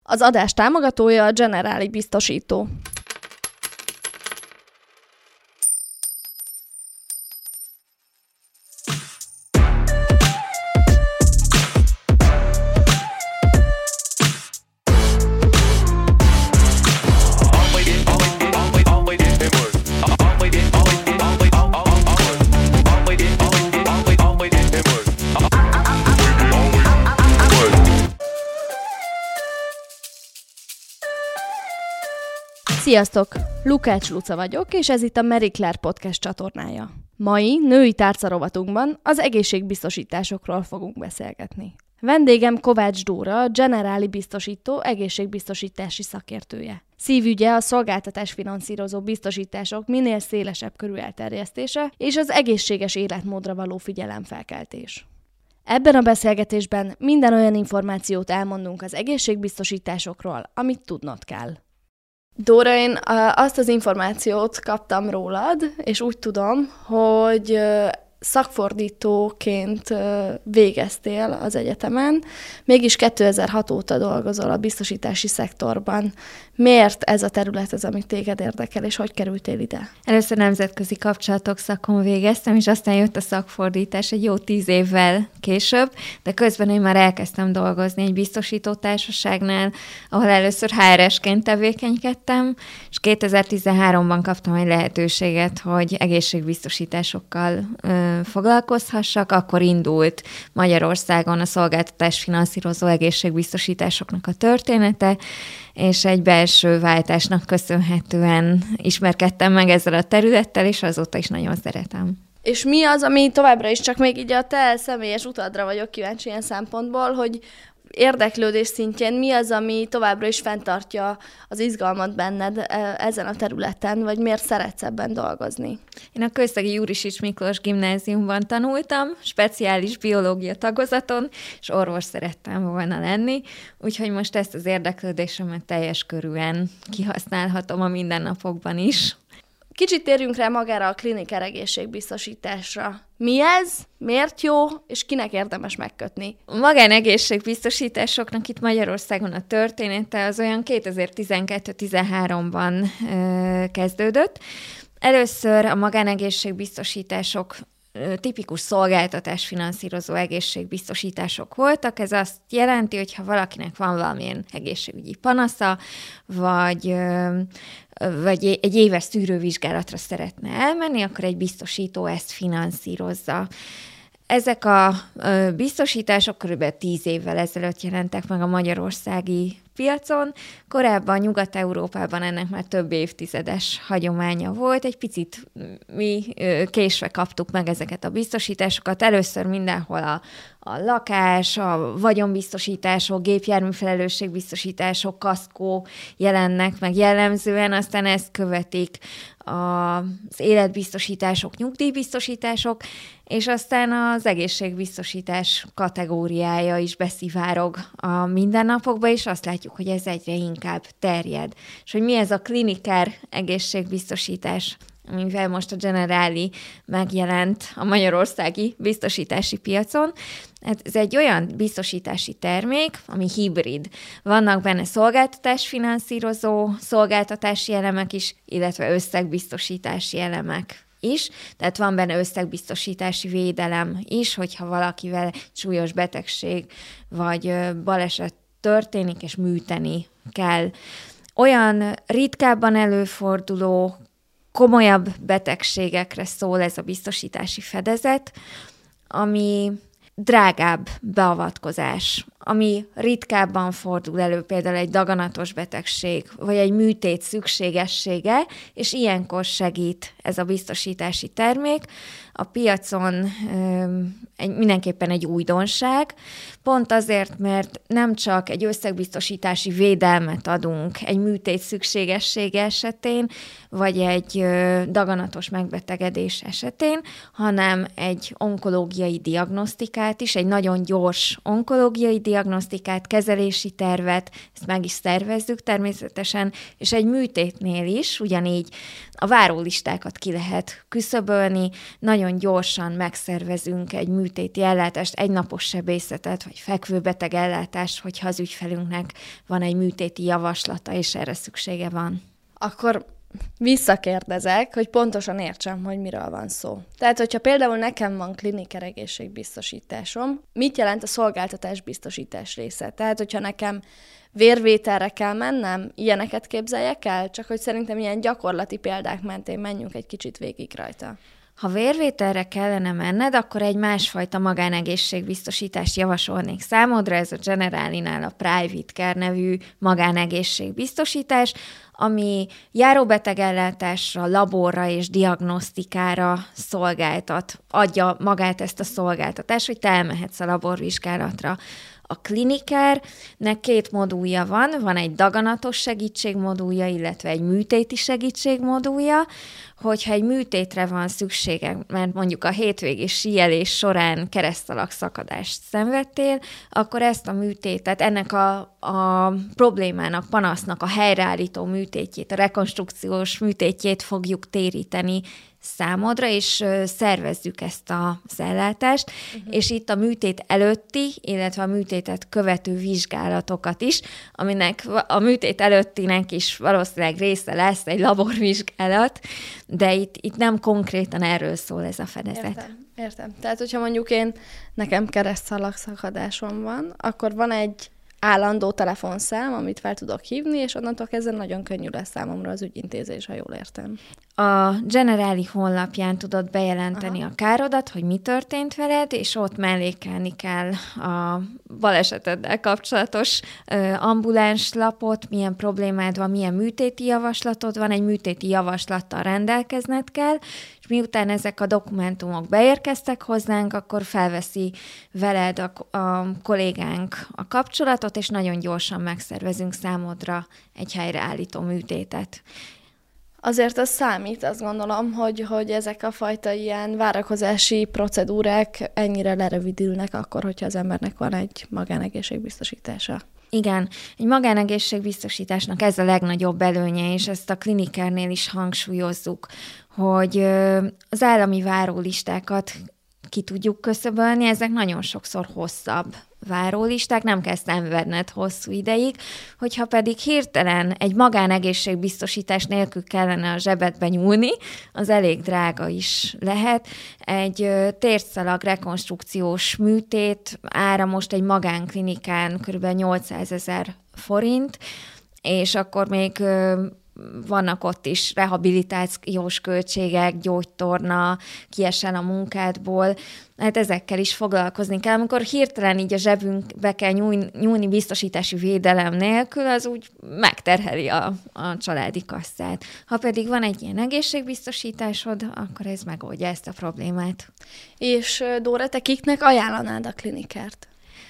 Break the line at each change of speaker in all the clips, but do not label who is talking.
Az adás támogatója a Generali biztosító. Sziasztok! Lukács Luca vagyok, és ez itt a Marie Claire Podcast csatornája. Mai női tárcarovatunkban az egészségbiztosításokról fogunk beszélgetni. Vendégem Kovács Dóra, Generali biztosító egészségbiztosítási szakértője. Szívügye a szolgáltatásfinanszírozó biztosítások minél szélesebb körű elterjesztése és az egészséges életmódra való figyelemfelkeltés. Ebben a beszélgetésben minden olyan információt elmondunk az egészségbiztosításokról, amit tudnod kell. Dóra, én azt az információt kaptam rólad, és úgy tudom, hogy szakfordítóként végeztél az egyetemen, mégis 2006 óta dolgozol a biztosítási szektorban. Miért ez a terület az, ami téged érdekel, és hogy kerültél ide?
Először nemzetközi kapcsolatok szakon végeztem, és aztán jött a szakfordítás egy jó 10 évvel később, de közben én már elkezdtem dolgozni egy biztosítótársaságnál, ahol először HR-esként tevékenykedtem, és 2013-ban kaptam egy lehetőséget, hogy egészségbiztosításokkal foglalkozhassak. Akkor indult Magyarországon a szolgáltatásfinanszírozó egészségbiztosításoknak a története, és egy belső váltásnak köszönhetően ismerkedtem meg ezzel a területtel, és azóta is nagyon szeretem.
És mi az, ami továbbra is csak még így a te személyes utadra vagyok kíváncsi ilyen szempontból, hogy érdeklődés szintjén mi az, ami továbbra is fenntartja az izgalmat benned ezen a területen, vagy miért szeretsz ebben dolgozni?
Én a Kőszegi Jurisics Miklós Gimnáziumban tanultam, speciális biológia tagozaton, és orvos szerettem volna lenni, úgyhogy most ezt az érdeklődésemet teljes körűen kihasználhatom a mindennapokban is.
Kicsit térjünk rá magára a Kliniker egészségbiztosításra. Mi ez, miért jó, és kinek érdemes megkötni?
A magánegészségbiztosításoknak itt Magyarországon a története az olyan 2012-13-ban kezdődött. Először a magánegészségbiztosítások tipikus szolgáltatásfinanszírozó egészségbiztosítások voltak. Ez azt jelenti, hogy ha valakinek van valamilyen egészségügyi panasza, vagy egy éves szűrővizsgálatra szeretne elmenni, akkor egy biztosító ezt finanszírozza. Ezek a biztosítások kb. 10 évvel ezelőtt jelentek meg a magyarországi piacon. Korábban Nyugat-Európában ennek már több évtizedes hagyománya volt. Egy picit mi késve kaptuk meg ezeket a biztosításokat. Először mindenhol a lakás, a vagyonbiztosítások, gépjárműfelelősségbiztosítások, kaszkó jelennek meg jellemzően, aztán ezt követik az életbiztosítások, nyugdíjbiztosítások, és aztán az egészségbiztosítás kategóriája is beszivárog a mindennapokba, és azt látjuk, hogy ez egyre inkább terjed. És hogy mi ez a Kliniker egészségbiztosítás, amivel most a Generali megjelent a magyarországi biztosítási piacon. Ez egy olyan biztosítási termék, ami hibrid. Vannak benne szolgáltatásfinanszírozó szolgáltatási elemek is, illetve összegbiztosítási elemek is, tehát van benne összegbiztosítási védelem is, hogyha valakivel súlyos betegség vagy baleset történik, és műteni kell. Olyan ritkábban előforduló, komolyabb betegségekre szól ez a biztosítási fedezet, ami drágább beavatkozás, ami ritkábban fordul elő, például egy daganatos betegség, vagy egy műtét szükségessége, és ilyenkor segít ez a biztosítási termék. A piacon mindenképpen egy újdonság, pont azért, mert nem csak egy összegbiztosítási védelmet adunk egy műtét szükségessége esetén, vagy egy daganatos megbetegedés esetén, hanem egy onkológiai diagnosztikát is, egy nagyon gyors onkológiai diagnosztikát, kezelési tervet, ezt meg is szervezzük természetesen, és egy műtétnél is ugyanígy a várólistákat ki lehet küszöbölni, nagyon gyorsan megszervezünk egy műtéti ellátást, egynapos sebészetet, vagy fekvőbeteg ellátást, hogyha az ügyfelünknek van egy műtéti javaslata, és erre szüksége van.
Akkor visszakérdezek, hogy pontosan értsem, hogy miről van szó. Tehát, hogyha például nekem van Kliniker egészségbiztosításom, mit jelent a szolgáltatás biztosítás része? Tehát, hogyha nekem vérvételre kell mennem, ilyeneket képzeljek el? Csak hogy szerintem ilyen gyakorlati példák mentén menjünk egy kicsit végig rajta.
Ha vérvételre kellene menned, akkor egy másfajta magánegészségbiztosítást javasolnék számodra, ez a Generalinál a Private Care nevű magánegészségbiztosítás, ami járóbetegellátásra, laborra és diagnosztikára adja magát ezt a szolgáltatást, hogy te elmehetsz a laborvizsgálatra. A Klinikernek 2 modulja van egy daganatos segítségmodulja, illetve egy műtéti segítségmodulja, hogyha egy műtétre van szüksége, mert mondjuk a hétvégés síelés során keresztalagszakadást szenvedtél, akkor ezt a műtétet, ennek a problémának, panasznak a helyreállító műtétjét, a rekonstrukciós műtétjét fogjuk téríteni számodra, és szervezzük ezt az ellátást, és itt a műtét előtti, illetve a műtétet követő vizsgálatokat is, aminek a műtét előttinek is valószínűleg része lesz egy laborvizsgálat, de itt nem konkrétan erről szól ez a fedezet.
Értem. Tehát, hogyha mondjuk nekem keresztszalagszakadásom van, akkor van egy állandó telefonszám, amit fel tudok hívni, és onnantól kezdve nagyon könnyű lesz számomra az ügyintézés, ha jól értem.
A Generali honlapján tudod bejelenteni a károdat, hogy mi történt veled, és ott mellékelni kell a baleseteddel kapcsolatos ambuláns lapot, milyen problémád van, milyen műtéti javaslatod van, egy műtéti javaslattal rendelkezned kell, és miután ezek a dokumentumok beérkeztek hozzánk, akkor felveszi veled a kollégánk a kapcsolatot, és nagyon gyorsan megszervezünk számodra egy helyreállító műtétet.
Azért az számít, azt gondolom, hogy ezek a fajta ilyen várakozási procedúrák ennyire lerövidülnek akkor, hogyha az embernek van egy magánegészségbiztosítása.
Igen, egy magánegészségbiztosításnak ez a legnagyobb előnye, és ezt a Klinikernél is hangsúlyozzuk, hogy az állami várólistákat ki tudjuk küszöbölni, ezek nagyon sokszor hosszabb várólisták, nem kell szenvedned hosszú ideig, hogyha pedig hirtelen egy magánegészségbiztosítás nélkül kellene a zsebedbe nyúlni, az elég drága is lehet. Egy térdszalag rekonstrukciós műtét ára most egy magánklinikán kb. 800 000 forint, és akkor még vannak ott is rehabilitációs költségek, gyógytorna, kiesel a munkádból, hát ezekkel is foglalkozni kell. Amikor hirtelen így a zsebünkbe kell nyúlni biztosítási védelem nélkül, az úgy megterheli a családi kasszát. Ha pedig van egy ilyen egészségbiztosításod, akkor ez megoldja ezt a problémát.
És Dóra, te kiknek ajánlanád a Klinikert?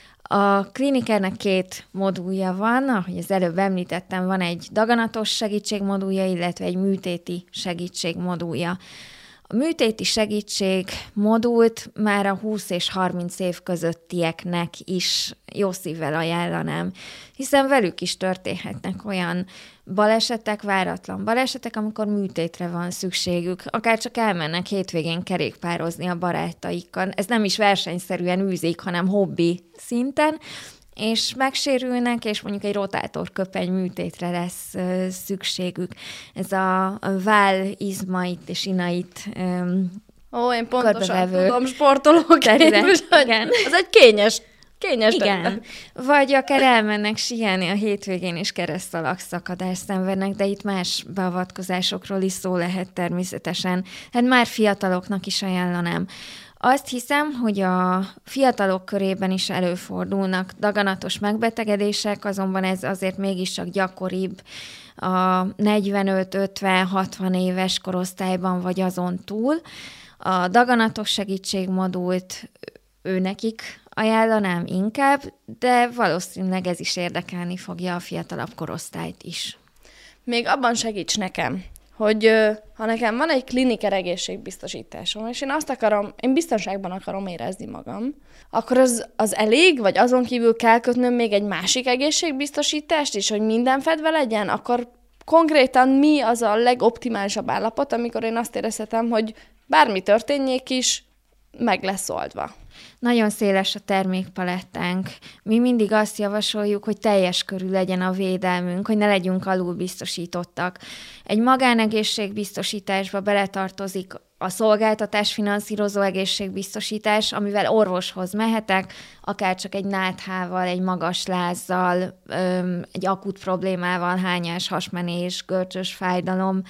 A Klinikernek 2 modulja van, ahogy az előbb említettem, van egy daganatos segítségmodulja, illetve egy műtéti segítségmodulja. A műtéti segítségmodult már a 20 és 30 év közöttieknek is jó szívvel ajánlanám, hiszen velük is történhetnek olyan balesetek, váratlan balesetek, amikor műtétre van szükségük. Akár csak elmennek hétvégén kerékpározni a barátaikkal. Ez nem is versenyszerűen űzik, hanem hobbi szinten, és megsérülnek, és mondjuk egy rotátorköpeny műtétre lesz szükségük. Ez a vállizmait és inait
én pontosan tudom sportolóként,
igen.
Ez egy kényes
igen.
terület.
Vagy akár elmennek síelni a hétvégén, és keresztalagszakadást szenvednek, de itt más beavatkozásokról is szó lehet természetesen. Hát már fiataloknak is ajánlanám. Azt hiszem, hogy a fiatalok körében is előfordulnak daganatos megbetegedések, azonban ez azért mégiscsak gyakoribb a 45-50-60 éves korosztályban vagy azon túl. A daganatos segítségmodult őnekik ajánlanám inkább, de valószínűleg ez is érdekelni fogja a fiatalabb korosztályt is.
Még abban segíts nekem, hogy ha nekem van egy kliniker egészségbiztosításom, és én biztonságban akarom érezni magam, akkor az elég, vagy azon kívül kell kötnöm még egy másik egészségbiztosítást is, hogy minden fedve legyen, akkor konkrétan mi az a legoptimálisabb állapot, amikor én azt érezhetem, hogy bármi történjék is, meg lesz oldva.
Nagyon széles a termékpalettánk. Mi mindig azt javasoljuk, hogy teljes körű legyen a védelmünk, hogy ne legyünk alulbiztosítottak. Egy magánegészségbiztosításba beletartozik a szolgáltatás finanszírozó egészségbiztosítás, amivel orvoshoz mehetek, akár csak egy náthával, egy magas lázzal, egy akut problémával, hányás, hasmenés, görcsös fájdalom.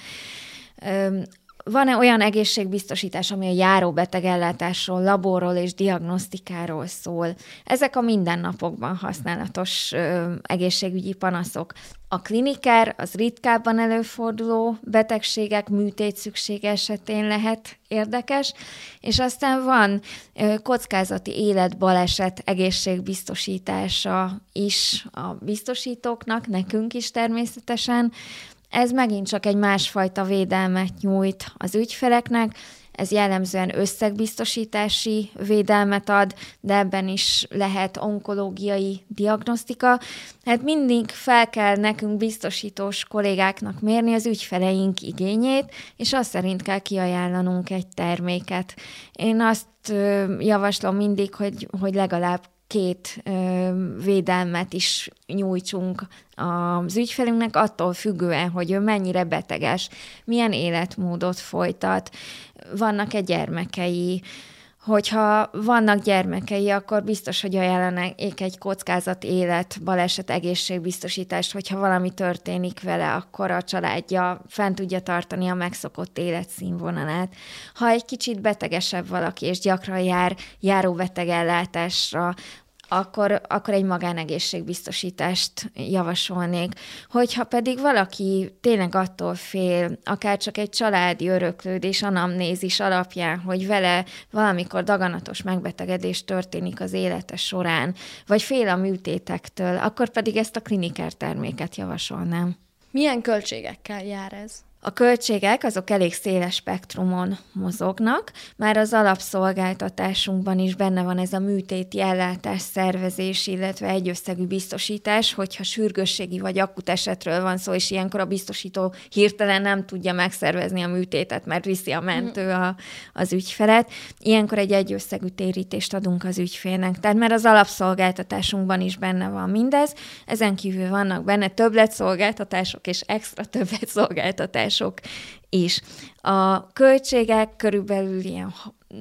Van-e olyan egészségbiztosítás, ami a járóbetegellátásról, laborról és diagnosztikáról szól? Ezek a mindennapokban használatos egészségügyi panaszok. A kliniker az ritkábban előforduló betegségek, műtét szüksége esetén lehet érdekes, és aztán van kockázati életbaleset egészségbiztosítása is a biztosítóknak, nekünk is természetesen. Ez megint csak egy másfajta védelmet nyújt az ügyfeleknek, ez jellemzően összegbiztosítási védelmet ad, de ebben is lehet onkológiai diagnosztika. Hát mindig fel kell nekünk biztosítós kollégáknak mérni az ügyfeleink igényét, és azt szerint kell kiajánlanunk egy terméket. Én azt javaslom mindig, hogy legalább 2 védelmet is nyújtsunk az ügyfelünknek, attól függően, hogy ő mennyire beteges, milyen életmódot folytat, vannak-e gyermekei. Hogyha vannak gyermekei, akkor biztos, hogy ajánlanék egy kockázat élet, baleset, egészségbiztosítást, hogyha valami történik vele, akkor a családja fent tudja tartani a megszokott életszínvonalát. Ha egy kicsit betegesebb valaki, és gyakran jár járóbetegellátásra, akkor egy magánegészségbiztosítást javasolnék. Hogyha pedig valaki tényleg attól fél, akár csak egy családi öröklődés, anamnézis alapján, hogy vele valamikor daganatos megbetegedés történik az élete során, vagy fél a műtétektől, akkor pedig ezt a kliniker terméket javasolnám.
Milyen költségekkel jár ez?
A költségek azok elég széles spektrumon mozognak, már az alapszolgáltatásunkban is benne van ez a műtéti ellátás, szervezés, illetve egyösszegű biztosítás, hogyha sürgősségi vagy akut esetről van szó, és ilyenkor a biztosító hirtelen nem tudja megszervezni a műtétet, mert viszi a mentő az ügyfelet. Ilyenkor egy egyösszegű térítést adunk az ügyfélnek. Tehát mert az alapszolgáltatásunkban is benne van mindez, ezen kívül vannak benne többletszolgáltatások és extra többletszolgáltatások is. A költségek körülbelül ilyen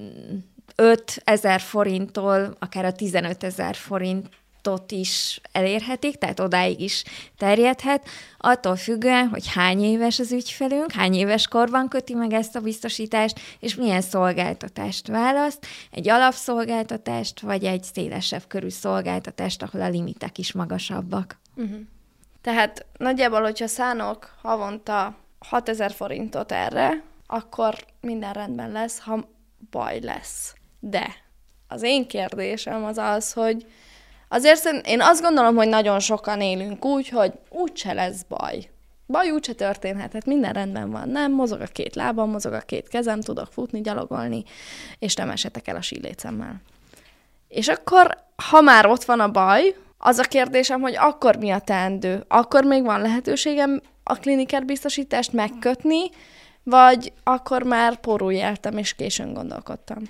5 000 forinttól akár a 15 000 forintot is elérhetik, tehát odáig is terjedhet, attól függően, hogy hány éves az ügyfelünk, hány éves korban köti meg ezt a biztosítást, és milyen szolgáltatást választ, egy alapszolgáltatást, vagy egy szélesebb körű szolgáltatást, ahol a limitek is magasabbak.
Uh-huh. Tehát nagyjából, hogyha szánok havonta 6 000 forintot erre, akkor minden rendben lesz, ha baj lesz. De az én kérdésem az, hogy azért én azt gondolom, hogy nagyon sokan élünk úgy, hogy úgyse lesz baj. Baj úgyse történhet, hát minden rendben van, nem? Mozog a 2 lábam, mozog a 2 kezem, tudok futni, gyalogolni, és nem esetek el a sílécemmel. És akkor, ha már ott van a baj, az a kérdésem, hogy akkor mi a teendő? Akkor még van lehetőségem a kliniker biztosítást megkötni, vagy akkor már porul éltem, és későn gondolkodtam?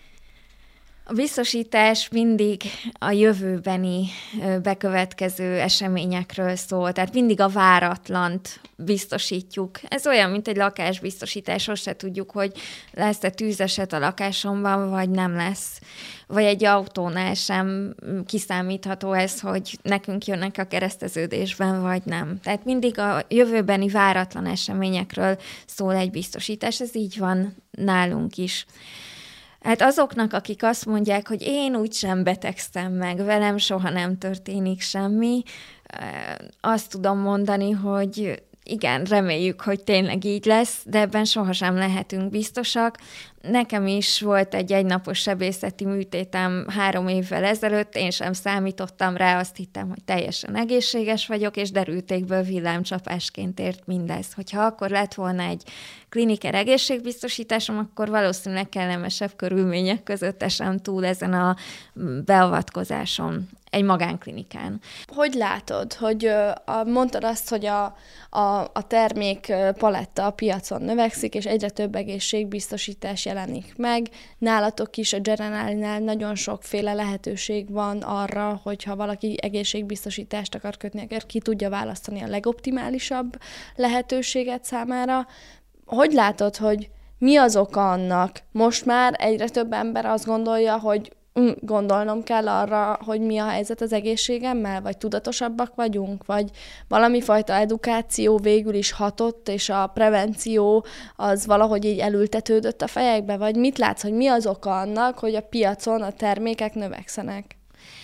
A biztosítás mindig a jövőbeni bekövetkező eseményekről szól, tehát mindig a váratlant biztosítjuk. Ez olyan, mint egy lakásbiztosítás, se tudjuk, hogy lesz-e tűzeset a lakásomban, vagy nem lesz. Vagy egy autónál sem kiszámítható ez, hogy nekünk jönnek a kereszteződésben, vagy nem. Tehát mindig a jövőbeni váratlan eseményekről szól egy biztosítás, ez így van nálunk is. Hát azoknak, akik azt mondják, hogy én úgysem betegszem meg, velem soha nem történik semmi, azt tudom mondani, hogy igen, reméljük, hogy tényleg így lesz, de ebben sohasem lehetünk biztosak. Nekem is volt egy egynapos sebészeti műtétem 3 évvel ezelőtt, én sem számítottam rá, azt hittem, hogy teljesen egészséges vagyok, és derültékből villámcsapásként ért mindez. Hogyha akkor lett volna egy kliniker egészségbiztosításom, akkor valószínűleg kellemesebb körülmények között esem túl ezen a beavatkozáson egy magánklinikán.
Hogy látod, hogy mondtad azt, hogy a termék paletta a piacon növekszik, és egyre több egészségbiztosítás jelenik meg. Nálatok is a Generálinál nagyon sokféle lehetőség van arra, hogyha valaki egészségbiztosítást akar kötni, akkor ki tudja választani a legoptimálisabb lehetőséget számára. Hogy látod, hogy mi az oka annak? Most már egyre több ember azt gondolja, hogy gondolnom kell arra, hogy mi a helyzet az egészségemmel, vagy tudatosabbak vagyunk, vagy valami fajta edukáció végül is hatott, és a prevenció az valahogy így elültetődött a fejekbe, vagy mit látsz, hogy mi az oka annak, hogy a piacon a termékek növekszenek?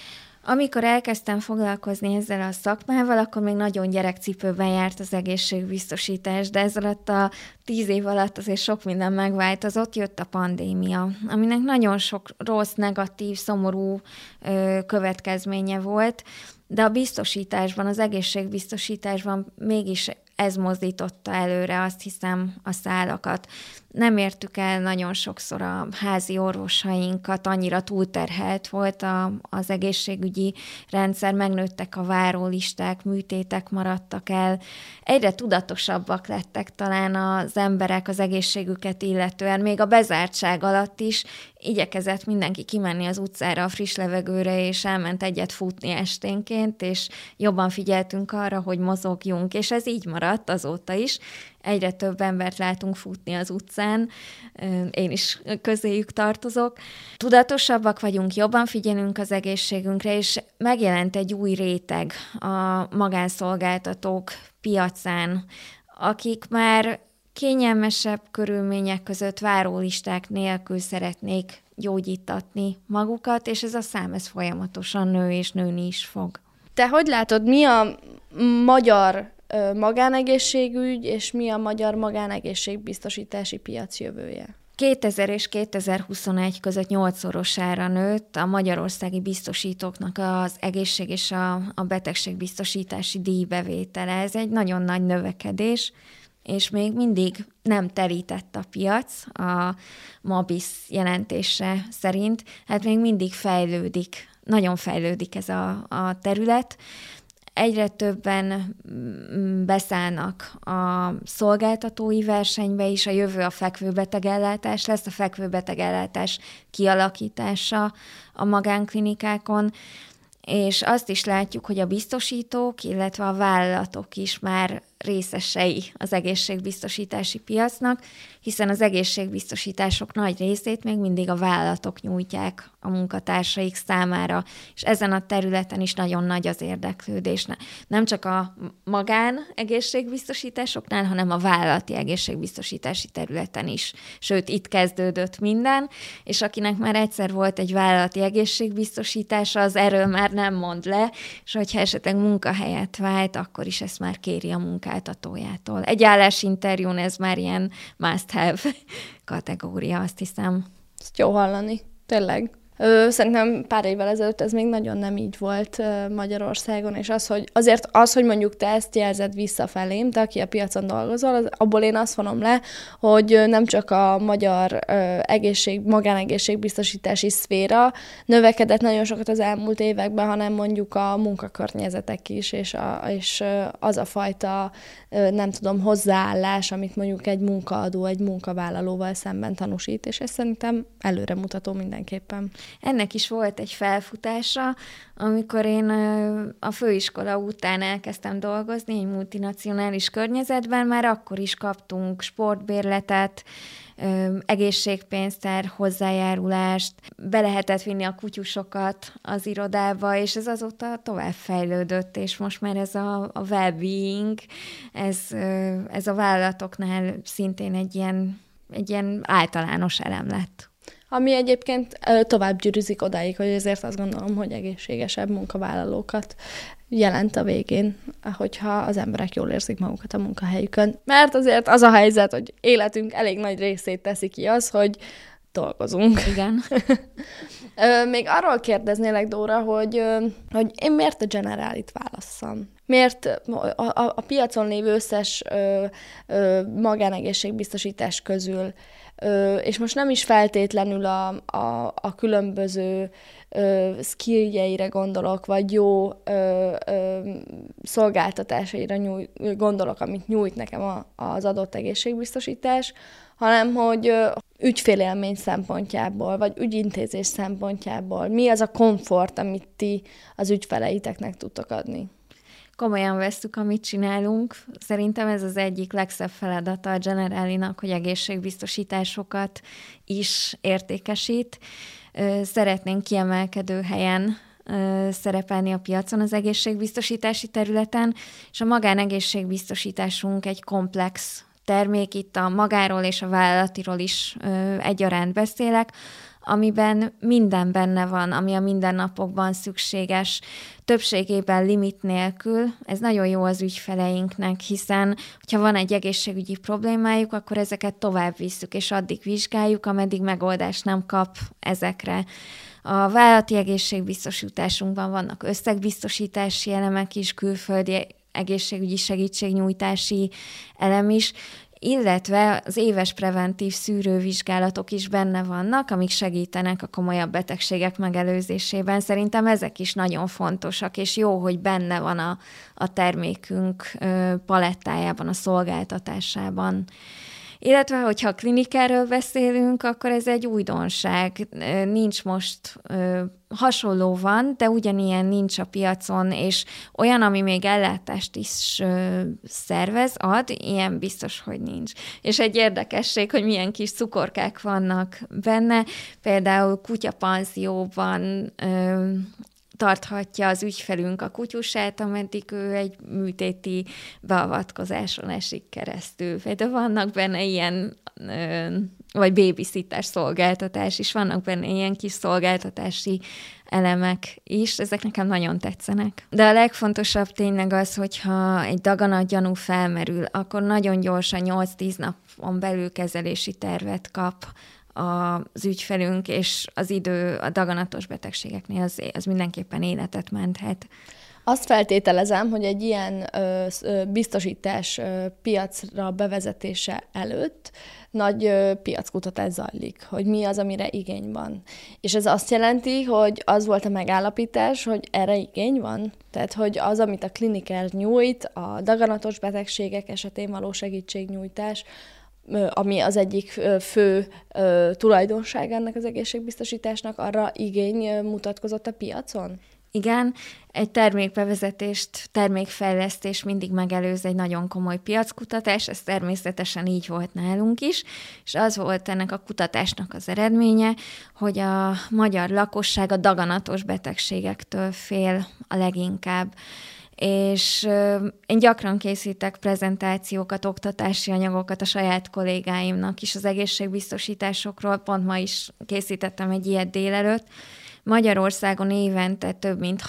Amikor elkezdtem foglalkozni ezzel a szakmával, akkor még nagyon gyerekcipőben járt az egészségbiztosítás, de ez alatt a 10 év alatt azért sok minden megváltozott, jött a pandémia, aminek nagyon sok rossz, negatív, szomorú következménye volt, de a biztosításban, az egészségbiztosításban mégis ez mozdította előre, azt hiszem, a szálakat. Nem értük el nagyon sokszor a házi orvosainkat, annyira túlterhelt volt az egészségügyi rendszer, megnőttek a várólisták, műtétek maradtak el. Egyre tudatosabbak lettek talán az emberek az egészségüket illetően, még a bezártság alatt is igyekezett mindenki kimenni az utcára, a friss levegőre, és elment egyet futni esténként, és jobban figyeltünk arra, hogy mozogjunk, és ez így maradt azóta is. Egyre több embert látunk futni az utcán, én is közéjük tartozok. Tudatosabbak vagyunk, jobban figyelünk az egészségünkre, és megjelent egy új réteg a magánszolgáltatók piacán, akik már kényelmesebb körülmények között várólisták nélkül szeretnék gyógyítatni magukat, és ez a szám ez folyamatosan nő, és nőni is fog.
Te hogy látod, mi a magyar magánegészségügy, és mi a magyar magánegészségbiztosítási piac jövője?
2000 és 2021 között 8-szorosára nőtt a magyarországi biztosítóknak az egészség és a betegségbiztosítási díjbevétele. Ez egy nagyon nagy növekedés, és még mindig nem terített a piac a MABIS jelentése szerint. Hát még mindig fejlődik, nagyon fejlődik ez a terület. Egyre többen beszállnak a szolgáltatói versenybe is, a jövő a fekvőbetegellátás lesz, a fekvőbetegellátás kialakítása a magánklinikákon, és azt is látjuk, hogy a biztosítók, illetve a vállalatok is már részesei az egészségbiztosítási piacnak, hiszen az egészségbiztosítások nagy részét még mindig a vállalatok nyújtják a munkatársaik számára, és ezen a területen is nagyon nagy az érdeklődés. Nem csak a magán egészségbiztosításoknál, hanem a vállalati egészségbiztosítási területen is. Sőt, itt kezdődött minden, és akinek már egyszer volt egy vállalati egészségbiztosítása, az erről már nem mond le, és hogyha esetleg munkahelyet vált, akkor is ezt már kéri a munkáltatójától. Egy állásinterjún ez már ilyen must-have kategória, azt hiszem.
Ezt jó hallani, tényleg. Szerintem pár évvel ezelőtt ez még nagyon nem így volt Magyarországon, és az, hogy mondjuk te ezt jelzed visszafelém, te, aki a piacon dolgozol, abból én azt vonom le, hogy nem csak a magyar magánegészségbiztosítási szféra növekedett nagyon sokat az elmúlt években, hanem mondjuk a munkakörnyezetek is, és az a fajta, nem tudom, hozzáállás, amit mondjuk egy munkaadó, egy munkavállalóval szemben tanúsít, és ez szerintem előremutató mindenképpen.
Ennek is volt egy felfutása, amikor én a főiskola után elkezdtem dolgozni egy multinacionális környezetben, már akkor is kaptunk sportbérletet, egészségpénztár, hozzájárulást, be lehetett vinni a kutyusokat az irodába, és ez azóta tovább fejlődött, és most már ez a well-being, ez a vállalatoknál szintén egy ilyen általános elem lett.
Ami egyébként tovább gyűrűzik odáig, hogy ezért azt gondolom, hogy egészségesebb munkavállalókat jelent a végén, hogyha az emberek jól érzik magukat a munkahelyükön. Mert azért az a helyzet, hogy életünk elég nagy részét teszi ki az, hogy dolgozunk.
Igen.
Még arról kérdeznélek, Dóra, hogy én miért a Generalit válasszam? Miért a piacon lévő összes magánegészségbiztosítás közül, és most nem is feltétlenül a különböző skilljeire gondolok, vagy jó szolgáltatásaira gondolok, amit nyújt nekem az adott egészségbiztosítás, hanem hogy ügyfélélmény szempontjából, vagy ügyintézés szempontjából mi az a komfort, amit ti az ügyfeleiteknek tudtok adni?
Komolyan vesszük, amit csinálunk. Szerintem ez az egyik legszebb feladata a Generalinak, hogy egészségbiztosításokat is értékesít. Szeretnénk kiemelkedő helyen szerepelni a piacon az egészségbiztosítási területen, és a magánegészségbiztosításunk egy komplex termék, itt a magáról és a vállalatiról is egyaránt beszélek, amiben minden benne van, ami a mindennapokban szükséges, többségében limit nélkül. Ez nagyon jó az ügyfeleinknek, hiszen ha van egy egészségügyi problémájuk, akkor ezeket tovább visszük, és addig vizsgáljuk, ameddig megoldást nem kap ezekre. A vállalati egészségbiztosításunkban vannak összegbiztosítási elemek is, külföldi egészségügyi segítségnyújtási elem is, illetve az éves preventív szűrővizsgálatok is benne vannak, amik segítenek a komolyabb betegségek megelőzésében. Szerintem ezek is nagyon fontosak, és jó, hogy benne van a termékünk palettájában, a szolgáltatásában. Illetve, hogyha a klinikáról beszélünk, akkor ez egy újdonság. Nincs most, hasonló van, de ugyanilyen nincs a piacon, és olyan, ami még ellátást is szervez, ad, ilyen biztos, hogy nincs. És egy érdekesség, hogy milyen kis cukorkák vannak benne, például kutyapanzióban tarthatja az ügyfelünk a kutyusát, ameddig ő egy műtéti beavatkozáson esik keresztül. De vannak benne ilyen, vagy babysitter szolgáltatás is, vannak benne ilyen kis szolgáltatási elemek is, ezek nekem nagyon tetszenek. De a legfontosabb tényleg az, hogyha egy daganatgyanú felmerül, akkor nagyon gyorsan 8-10 napon belül kezelési tervet kap az ügyfelünk, és az idő a daganatos betegségeknél az mindenképpen életet menthet.
Azt feltételezem, hogy egy ilyen biztosítás piacra bevezetése előtt nagy piackutatás zajlik, hogy mi az, amire igény van. És ez azt jelenti, hogy az volt a megállapítás, hogy erre igény van? Tehát, hogy az, amit a kliniker nyújt, a daganatos betegségek esetén való segítségnyújtás, ami az egyik fő tulajdonság ennek az egészségbiztosításnak, arra igény mutatkozott a piacon?
Igen, egy termékbevezetést, termékfejlesztés mindig megelőz egy nagyon komoly piackutatás, ez természetesen így volt nálunk is, és az volt ennek a kutatásnak az eredménye, hogy a magyar lakosság a daganatos betegségektől fél a leginkább. És én gyakran készítek prezentációkat, oktatási anyagokat a saját kollégáimnak is az egészségbiztosításokról, pont ma is készítettem egy ilyet délelőtt. Magyarországon évente több mint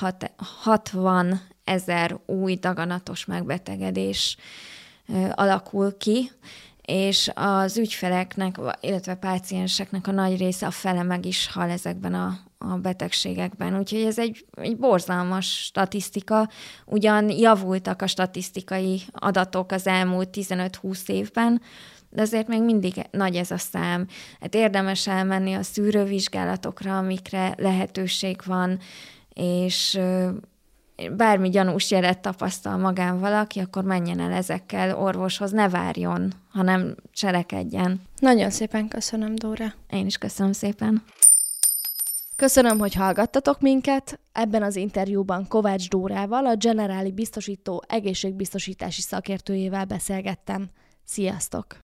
60 000 új daganatos megbetegedés alakul ki, és az ügyfeleknek, illetve pácienseknek a nagy része, a fele meg is hal ezekben a betegségekben. Úgyhogy ez egy borzalmas statisztika. Ugyan javultak a statisztikai adatok az elmúlt 15-20 évben, de azért még mindig nagy ez a szám. Hát érdemes elmenni a szűrővizsgálatokra, amikre lehetőség van, és bármi gyanús jelet tapasztal magán valaki, akkor menjen el ezekkel orvoshoz, ne várjon, hanem cselekedjen.
Nagyon szépen köszönöm, Dóra.
Én is köszönöm szépen.
Köszönöm, hogy hallgattatok minket. Ebben az interjúban Kovács Dórával, a Generali biztosító egészségbiztosítási szakértőjével beszélgettem. Sziasztok!